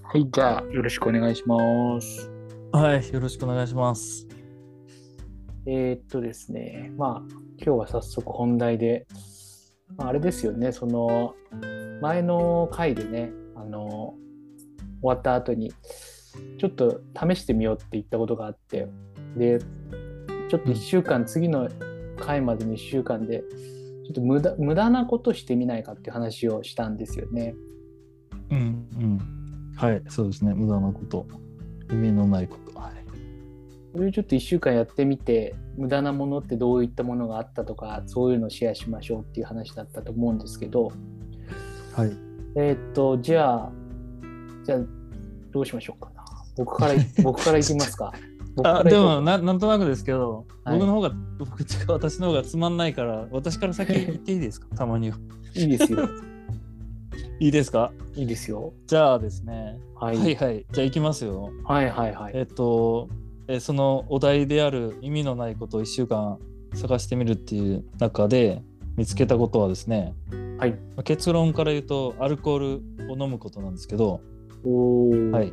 はい、じゃあよろしくお願いします。 はい、よろしくお願いします。 ですね、今日は早速本題で、あれですよね、その前の回でね、終わった後にちょっと試してみようって言ったことがあって、で、ちょっと1週間、次の回までの1週間で、ちょっと無駄なことしてみないかっていう話をしたんですよね。 うん。はい、そうですね。無駄なこと、意味のないこと。はい。 それをちょっと1週間やってみて、無駄なものってどういったものがあったとか、そういうのをシェアしましょうっていう話だったと思うんですけど、 はい。 じゃあどうしましょうかな。僕からいきますか。僕かでもらいこうか。 なんとなくですけど、 はい。 私の方がつまんないから、私から先言っていいですか？たまには。 いいですよ。 いいですか？ いいですよ。 じゃあですね。 はい。 はいはい。じゃあ行きますよ。 はいはいはい。 そのお題である意味のないことを1週間探してみるっていう中で見つけたことはですね、 はい。 結論から言うとアルコールを飲むことなんですけど、 おー。 はい。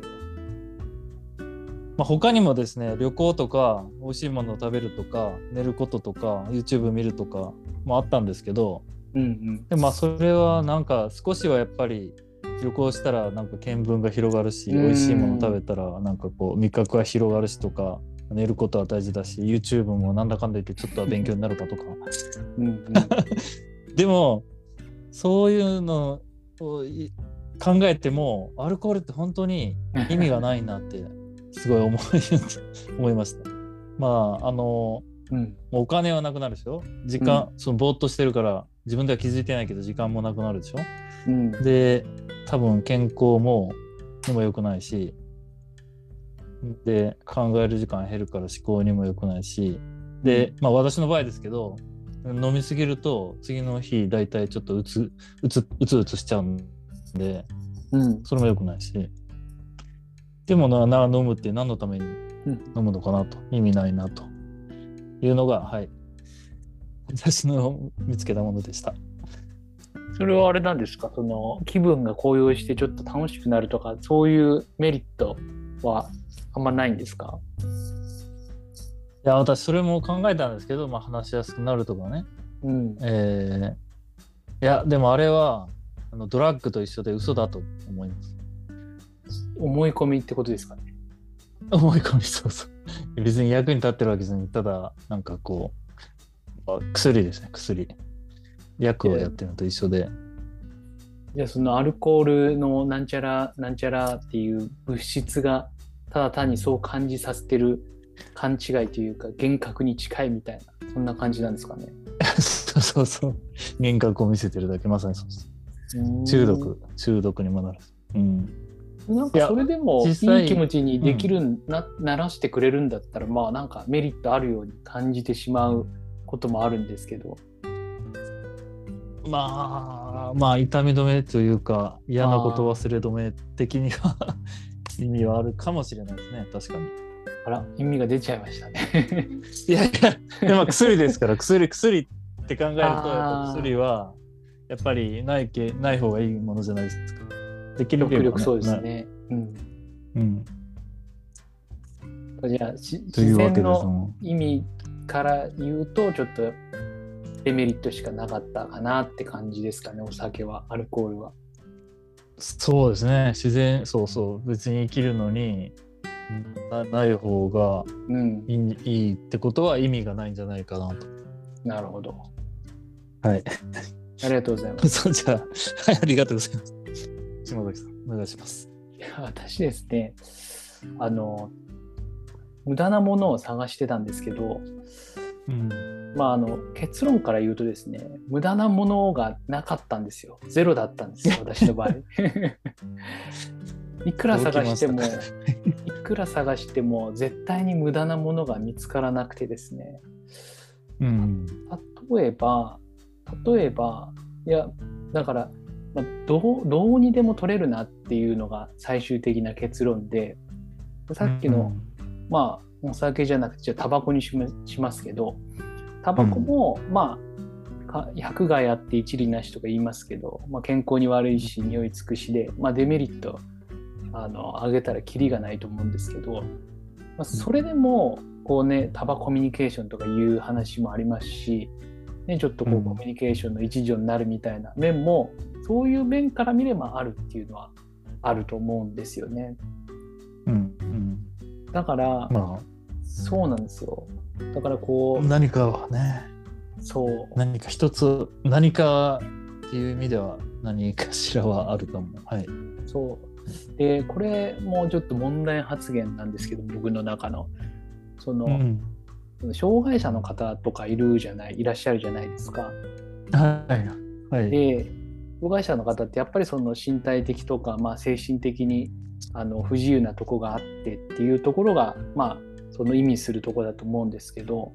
他にもですね、旅行とか美味しいものを食べるとか寝ることとか YouTube 見るとかもあったんですけど、 うんうん。 でもそれはなんか少しはやっぱり旅行したらなんか見聞が広がるし、 うー美味しいもの食べん。 たらなんかこう味覚が広がるしとか、寝ることは大事だし YouTube もなんだかんだ言ってちょっとは勉強になるかとか。 うんうん。 でもそういうのを考えてもアルコールって本当に意味がないなってすごい思いました。 うん。 もうお金はなくなるでしょ。時間、 うん。 そのぼーっとしてるから自分では気づいてないけど時間もなくなるでしょ。 うん。 で、多分健康にも良くないし、で、考える時間減るから思考にも良くないし、で、私の場合ですけど、飲みすぎると次の日だいたいちょっとうつしちゃうんで、 うん。 それも良くないし、でも飲むって何のためにうん。 飲むのかなと、意味ないなというのが、はい、私の見つけたものでした。 それはあれなんですか、その気分が高揚してちょっと楽しくなるとか、そういうメリットはあんまないんですか？ いや、私それも考えたんですけど、話しやすくなるとかね。 うん。 えいや、でもあれはドラッグと一緒で嘘だと思います。 思い込みってことですかね。 思い込み、そうそう。別に役に立ってるわけじゃなくて、ただ、なんかこう、薬ですね、薬。薬をやってるのと一緒で。 じゃあそのアルコールのなんちゃらなんちゃらっていう物質がただ単にそう感じさせてる勘違いというか幻覚に近いみたいな、そんな感じなんですかね。 そうそうそう。幻覚を見せてるだけ、まさにそうです。 うーん。 中毒にもなる。うん。 なんかそいや、 れでもいい気実際、 持ちにできうん。 るならしてくれるんだったら、なんかメリットあるように感じてしまうこともあるんですけど。 痛み止めというか、嫌なことあ忘れ止め的には意味はあるかもしれないですね、確かに。 あ、あら、意味が出ちゃいましたね。 いやいや、でも薬ですから、薬って考えると、やっぱああ、 薬は、やっぱりない方がいいものじゃないですか。できればね、 極力そうですね。うん。 うん。 じゃあ、自というわけ然のですもん。 意味から言うと、ちょっとデメリットしかなかったかなって感じですかね、お酒は、アルコールは。 そうですね、そうそう、別に生きるのにない方がうん、 いいってことは意味がないんじゃないかなと。 なるほど。 はい。 ありがとうございます。 そう、じゃあ、はい、ありがとうございます。島崎さん、お願いします。 いや、私ですね、あの、無駄なものを探してたんですけど、 うん。 結論から言うとですね、無駄なものがなかったんですよ。ゼロだったんですよ、私の場合。いくら届き探しましたか？ ても、いくら探しても絶対に無駄なものが見つからなくてですね。 うん。 例えば、例えば、いや、だから、どうにでも取れるなっていうのが最終的な結論で、さうっきの、 ん。 お酒じゃなくて、じゃあタバコにしますけど、タうん。 バコも、百害あって一利なしとか言いますけど、健康に悪いし、匂いつくしで、デメリット挙げたらキリがないと思うんですけど、それでもこうねタバコミュニケーションとかいう話もありますし、ね、ちょっとこうコミュニケーションの一助になるみたいな面も、そういう面から見ればあるっていうのはあると思うんですよね。だから、そうなんですよ。だからこう何かね、何か一つ、何かっていう意味では何かしらはあると思う。はい。 そうで、これもちょっと問題発言なんですけど、僕の中の障害者の方とかいらっしゃるじゃないですか。 はいはい。 で、障害者の方ってやっぱりその身体的とか、精神的に不自由なとこがあってっていうところが、その意味するところだと思うんですけど、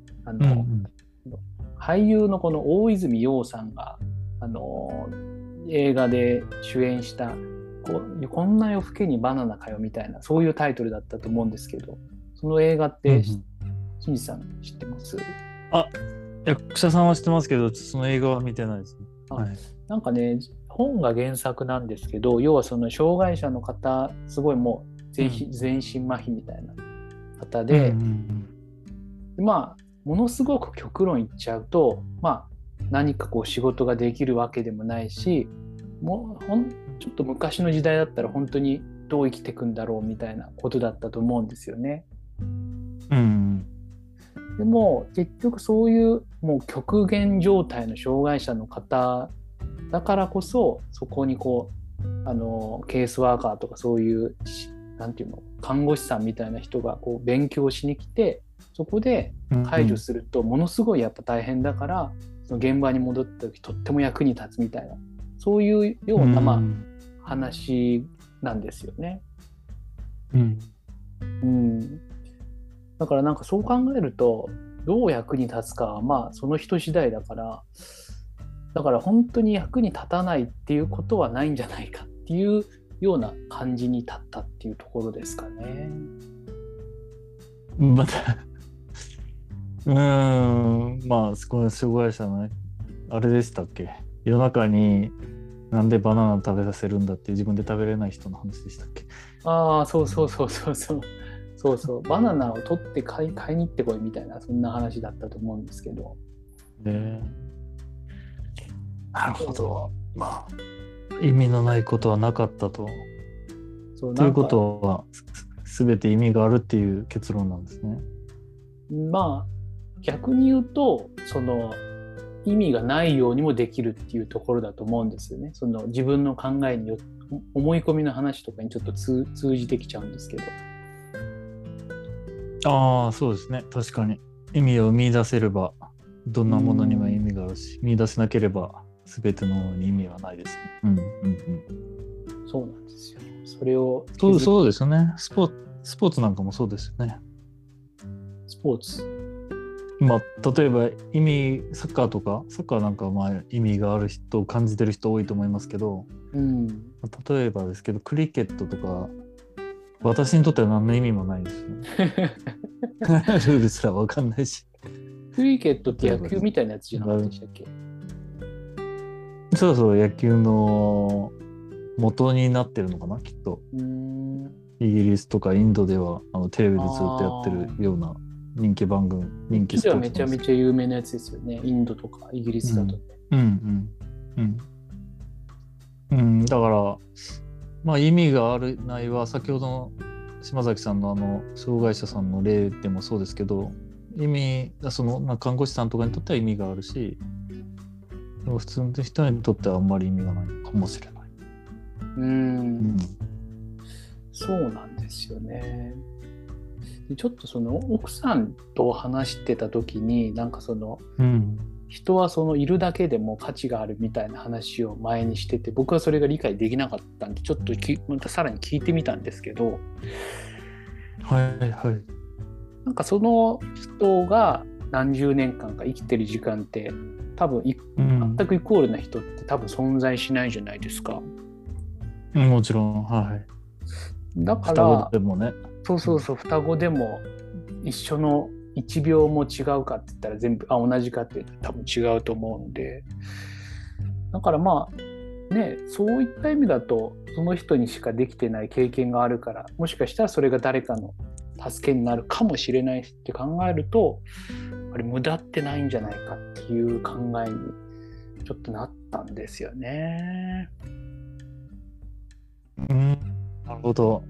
俳優のこの大泉洋さんが映画で主演したこんな夜更けにバナナかよみたいな、そういうタイトルだったと思うんですけど、その映画って新次さん知ってます？ 役者さんは知ってますけど、その映画は見てないですね。 なんかね、本が原作なんですけど、要はその障害者の方、すごいもう全身麻痺みたいな方で、ものすごく極論言っちゃうと、何かこう仕事ができるわけでもないし、ちょっと昔の時代だったら本当にどう生きていくんだろうみたいなことだったと思うんですよね。でも結局そういうもう極限状態の障害者の方だからこそ、そこにこうケースワーカーとかそういうなんていうの、看護師さんみたいな人がこう勉強しに来て、そこで解除するとものすごいやっぱ大変だから、その現場に戻った時とっても役に立つみたいな、そういうような話なんですよね。だからなんかそう考えると、どう役に立つかはその人次第だから、だから本当に役に立たないっていうことはないんじゃないかっていうような感じに立ったっていうところですかね。 またそこの障害者のあれでしたっけ、夜中になんでバナナ食べさせるんだって自分で食べれない人の話でしたっけ？ そうバナナを取って買いに行ってこいみたいな、そんな話だったと思うんですけど。 なるほど。意味のないことはなかったと。ということは全て意味があるっていう結論なんですね。 逆に言うと、その意味がないようにもできるっていうところだと思うんですよね。その自分の考えによって、思い込みの話とかにちょっと通じてきちゃうんですけど。 そうですね。確かに意味を見出せればどんなものにも意味があるし、見出せなければ全てのものに意味はないですね。 そうなんですよ。それをそうですよね。スポーツなんかもそうですよね。 スポーツ。 例えばサッカーなんか意味がある人を感じてる人多いと思いますけど、例えばですけどクリケットとか私にとっては何の意味もないですね。ルールすら分かんないし。 クリケットって野球みたいなやつじゃなかったでしたっけ？ そう野球の元になってるのかな、きっと。イギリスとかインドではテレビでずっとやってるような人気番組、人気スポーツ。 めちゃめちゃ有名なやつですよね。インドとかイギリスだとね。 だから意味があるないは、先ほどの島崎さんの障害者さんの例でもそうですけど、看護師さんとかにとっては意味があるし、でも普通の人にとってはあんまり意味がないかもしれない。 そうなんですよね。ちょっとその奥さんと話してた時に、なんか人はいるだけでも価値があるみたいな話を前にしてて、僕はそれが理解できなかったんで、ちょっとまたさらに聞いてみたんですけど、なんかその人が何十年間か生きてる時間って多分全くイコールな人って多分存在しないじゃないですか。 もちろん、 だから双子でもね。 双子でも一緒の1秒も違うかって言ったら全部同じかって言ったら多分違うと思うんで、だからね、そういった意味だとその人にしかできてない経験があるから、もしかしたらそれが誰かの助けになるかもしれないって考えると、あれ無駄ってないんじゃないかっていう考えにちょっとなったんですよね。 なるほど。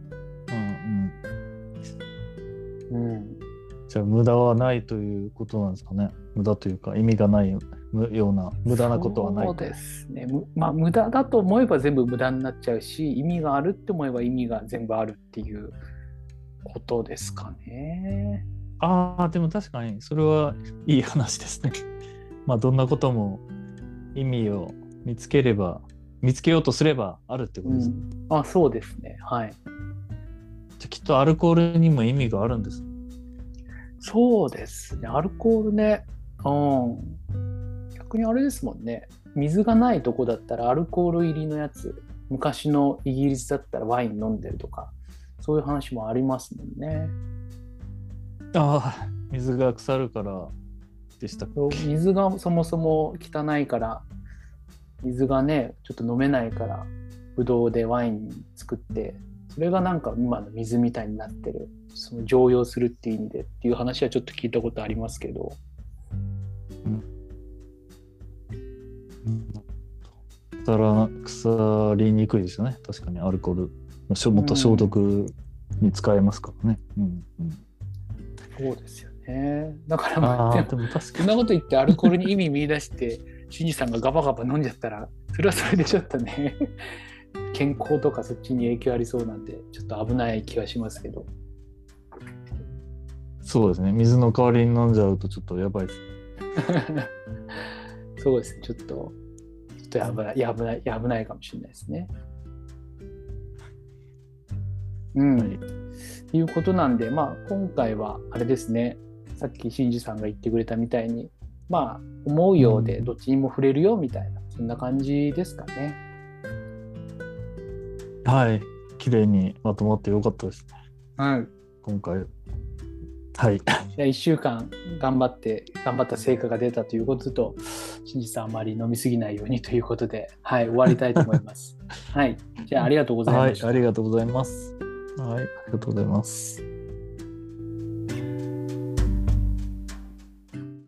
じゃあ無駄はないということなんですかね。無駄というか意味がないような無駄なことはない。 そうですね。無駄だと思えば全部無駄になっちゃうし、意味があるって思えば意味が全部あるっていうことですかね。 でも確かにそれはいい話ですね。どんなことも意味を見つけようとすればあるってことですね。 そうですね。はい。 じゃあきっとアルコールにも意味があるんです。 そうですね。アルコールね。逆にあれですもんね。水がないとこだったらアルコール入りのやつ、昔のイギリスだったらワイン飲んでるとか、そういう話もありますもんね。 水が腐るからでしたっけ。 水がそもそも汚いから、水がねちょっと飲めないからブドウでワイン作って、それがなんか今の水みたいになってる、その常用するっていう意味でっていう話はちょっと聞いたことありますけど、 腐りにくいですよね。確かにアルコールもっと消毒に使えますからね。 そうですよね。だからでも確かにそんなこと言ってアルコールに意味見出してシンジさんがガバガバ飲んじゃったら、それはそれでちょっとね健康とかそっちに影響ありそうなんで、ちょっと危ない気はしますけど。 そうですね。水の代わりに飲んじゃうとちょっとやばいです。 そうですね。ちょっと危ないかもしれないですね。ということなんで、今回はあれですね。さっきシンジさんが言ってくれたみたいに、思うようでどっちにも触れるよみたいな、そんな感じですかね。 はい、綺麗にまとまってよかったですね。今回。はい。 じゃあ1週間頑張った成果が出たということと、シンジさんあまり飲みすぎないようにということで、終わりたいと思います。じゃあありがとうございました。 ありがとうございます。ありがとうございます。